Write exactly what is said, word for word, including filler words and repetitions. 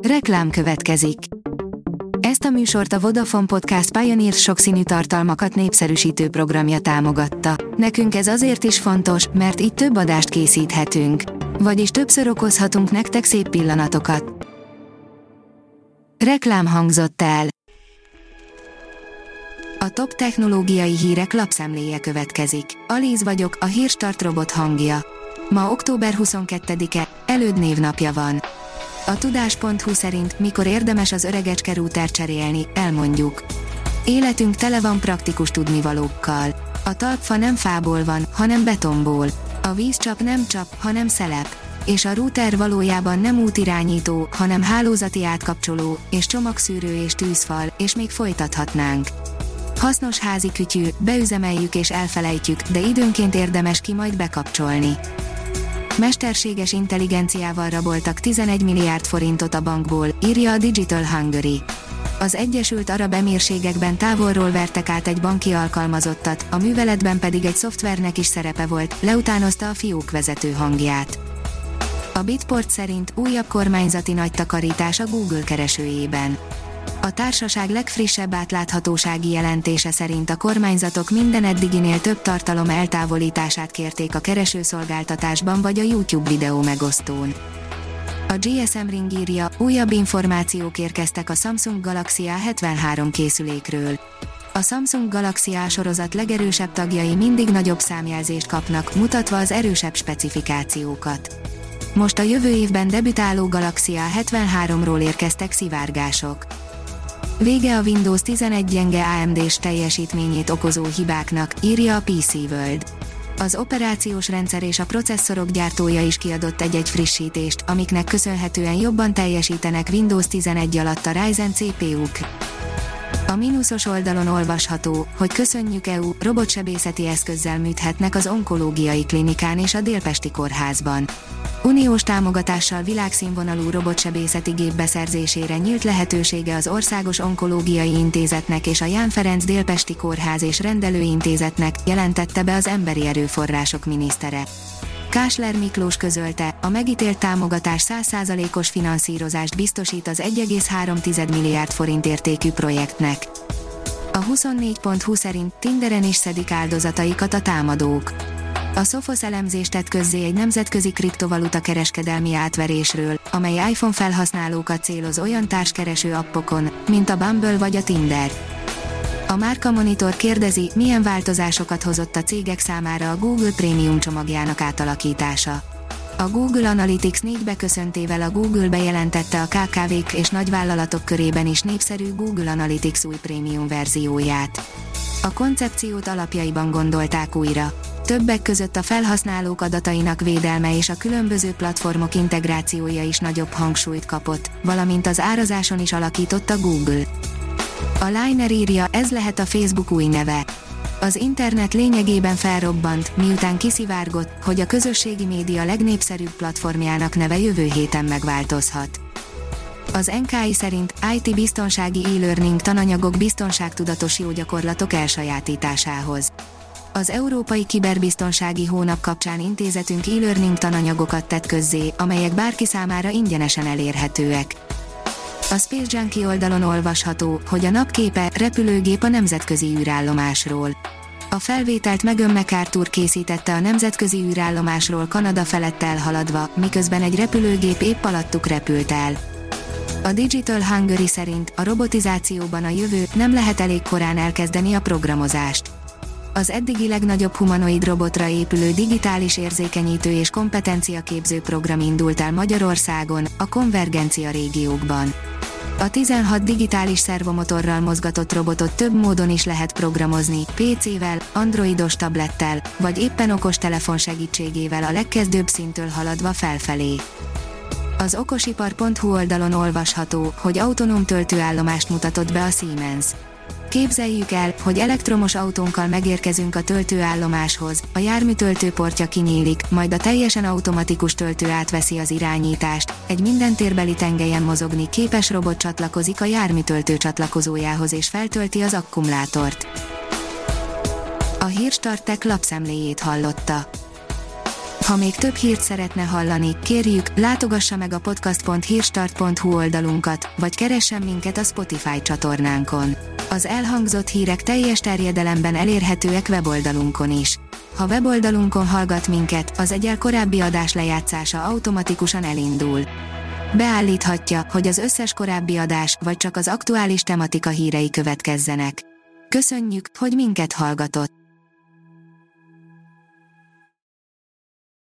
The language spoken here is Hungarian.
Reklám következik. Ezt a műsort a Vodafone Podcast Pioneer sokszínű tartalmakat népszerűsítő programja támogatta. Nekünk ez azért is fontos, mert így több adást készíthetünk. Vagyis többször okozhatunk nektek szép pillanatokat. Reklám hangzott el. A top technológiai hírek lapszemléje következik. Alíz vagyok, a Hírstart robot hangja. Ma október huszonkettedike, Előd névnapja van. A tudás pont hu szerint, mikor érdemes az öregecske rútert cserélni, elmondjuk. Életünk tele van praktikus tudnivalókkal. A talpfa nem fából van, hanem betonból. A vízcsap nem csap, hanem szelep. És a rúter valójában nem útirányító, hanem hálózati átkapcsoló, és csomagszűrő és tűzfal, és még folytathatnánk. Hasznos házi kütyű, beüzemeljük és elfelejtjük, de időnként érdemes ki majd bekapcsolni. Mesterséges intelligenciával raboltak tizenegy milliárd forintot a bankból, írja a Digital Hungary. Az Egyesült Arab Emírségekben távolról vertek át egy banki alkalmazottat, a műveletben pedig egy szoftvernek is szerepe volt, leutánozta a fiók vezető hangját. A Bitport szerint újabb kormányzati nagy takarítás a Google keresőjében. A társaság legfrissebb átláthatósági jelentése szerint a kormányzatok minden eddiginél több tartalom eltávolítását kérték a keresőszolgáltatásban vagy a YouTube videó megosztón. A gé es em Ring írja, újabb információk érkeztek a Samsung Galaxy á hetvenhárom készülékről. A Samsung Galaxy A sorozat legerősebb tagjai mindig nagyobb számjelzést kapnak, mutatva az erősebb specifikációkat. Most a jövő évben debütáló Galaxy á hetvenháromról érkeztek szivárgások. Vége a Windows tizenegy gyenge á em dés teljesítményét okozó hibáknak, írja a pé cé World. Az operációs rendszer és a processzorok gyártója is kiadott egy-egy frissítést, amiknek köszönhetően jobban teljesítenek Windows tizenegy alatt a Ryzen cé pé uk. A mínuszos oldalon olvasható, hogy köszönjük é u, robotsebészeti eszközzel műthetnek az onkológiai klinikán és a Délpesti kórházban. Uniós támogatással világszínvonalú robotsebészeti gép beszerzésére nyílt lehetősége az Országos Onkológiai Intézetnek és a Ján Ferenc Délpesti Kórház és Rendelőintézetnek, jelentette be az Emberi Erőforrások minisztere. Kásler Miklós közölte, a megítélt támogatás száz százalékos finanszírozást biztosít az egy egész három milliárd forint értékű projektnek. A huszonnégy pont hu szerint Tinderen is szedik áldozataikat a támadók. A Sophos elemzést tett közzé egy nemzetközi kriptovaluta kereskedelmi átverésről, amely iPhone felhasználókat céloz olyan társkereső appokon, mint a Bumble vagy a Tinder. A Márka Monitor kérdezi, milyen változásokat hozott a cégek számára a Google Prémium csomagjának átalakítása. A Google Analytics négy beköszöntével a Google bejelentette a ká ká vék és nagyvállalatok körében is népszerű Google Analytics új prémium verzióját. A koncepciót alapjaiban gondolták újra. Többek között a felhasználók adatainak védelme és a különböző platformok integrációja is nagyobb hangsúlyt kapott, valamint az árazáson is alakított a Google. A Liner írja, ez lehet a Facebook új neve. Az internet lényegében felrobbant, miután kiszivárgott, hogy a közösségi média legnépszerűbb platformjának neve jövő héten megváltozhat. Az en ká i szerint i té biztonsági e-learning tananyagok biztonságtudatos jó gyakorlatok elsajátításához. Az Európai Kiberbiztonsági Hónap kapcsán intézetünk e-learning tananyagokat tett közzé, amelyek bárki számára ingyenesen elérhetőek. A Space Junkie oldalon olvasható, hogy a napképe repülőgép a nemzetközi űrállomásról. A felvételt Megan McArthur készítette a nemzetközi űrállomásról Kanada felett elhaladva, miközben egy repülőgép épp alattuk repült el. A Digital Hungary szerint a robotizációban a jövő, nem lehet elég korán elkezdeni a programozást. Az eddigi legnagyobb humanoid robotra épülő digitális érzékenyítő és kompetenciaképző program indult el Magyarországon, a konvergencia régiókban. A tizenhat digitális szervomotorral mozgatott robotot több módon is lehet programozni, pé cével, androidos tablettel, vagy éppen okostelefon segítségével a legkezdőbb szinttől haladva felfelé. Az okosipar pont hu oldalon olvasható, hogy autonóm töltőállomást mutatott be a Siemens. Képzeljük el, hogy elektromos autónkkal megérkezünk a töltőállomáshoz, a jármű töltőportja kinyílik, majd a teljesen automatikus töltő átveszi az irányítást, egy minden térbeli tengelyen mozogni képes robot csatlakozik a jármű töltő csatlakozójához és feltölti az akkumulátort. A Hírstart Tech lapszemléjét hallotta. Ha még több hírt szeretne hallani, kérjük, látogassa meg a podcast pont hírstart pont hu oldalunkat, vagy keressen minket a Spotify csatornánkon. Az elhangzott hírek teljes terjedelemben elérhetőek weboldalunkon is. Ha weboldalunkon hallgat minket, az egyel korábbi adás lejátszása automatikusan elindul. Beállíthatja, hogy az összes korábbi adás, vagy csak az aktuális tematika hírei következzenek. Köszönjük, hogy minket hallgatott!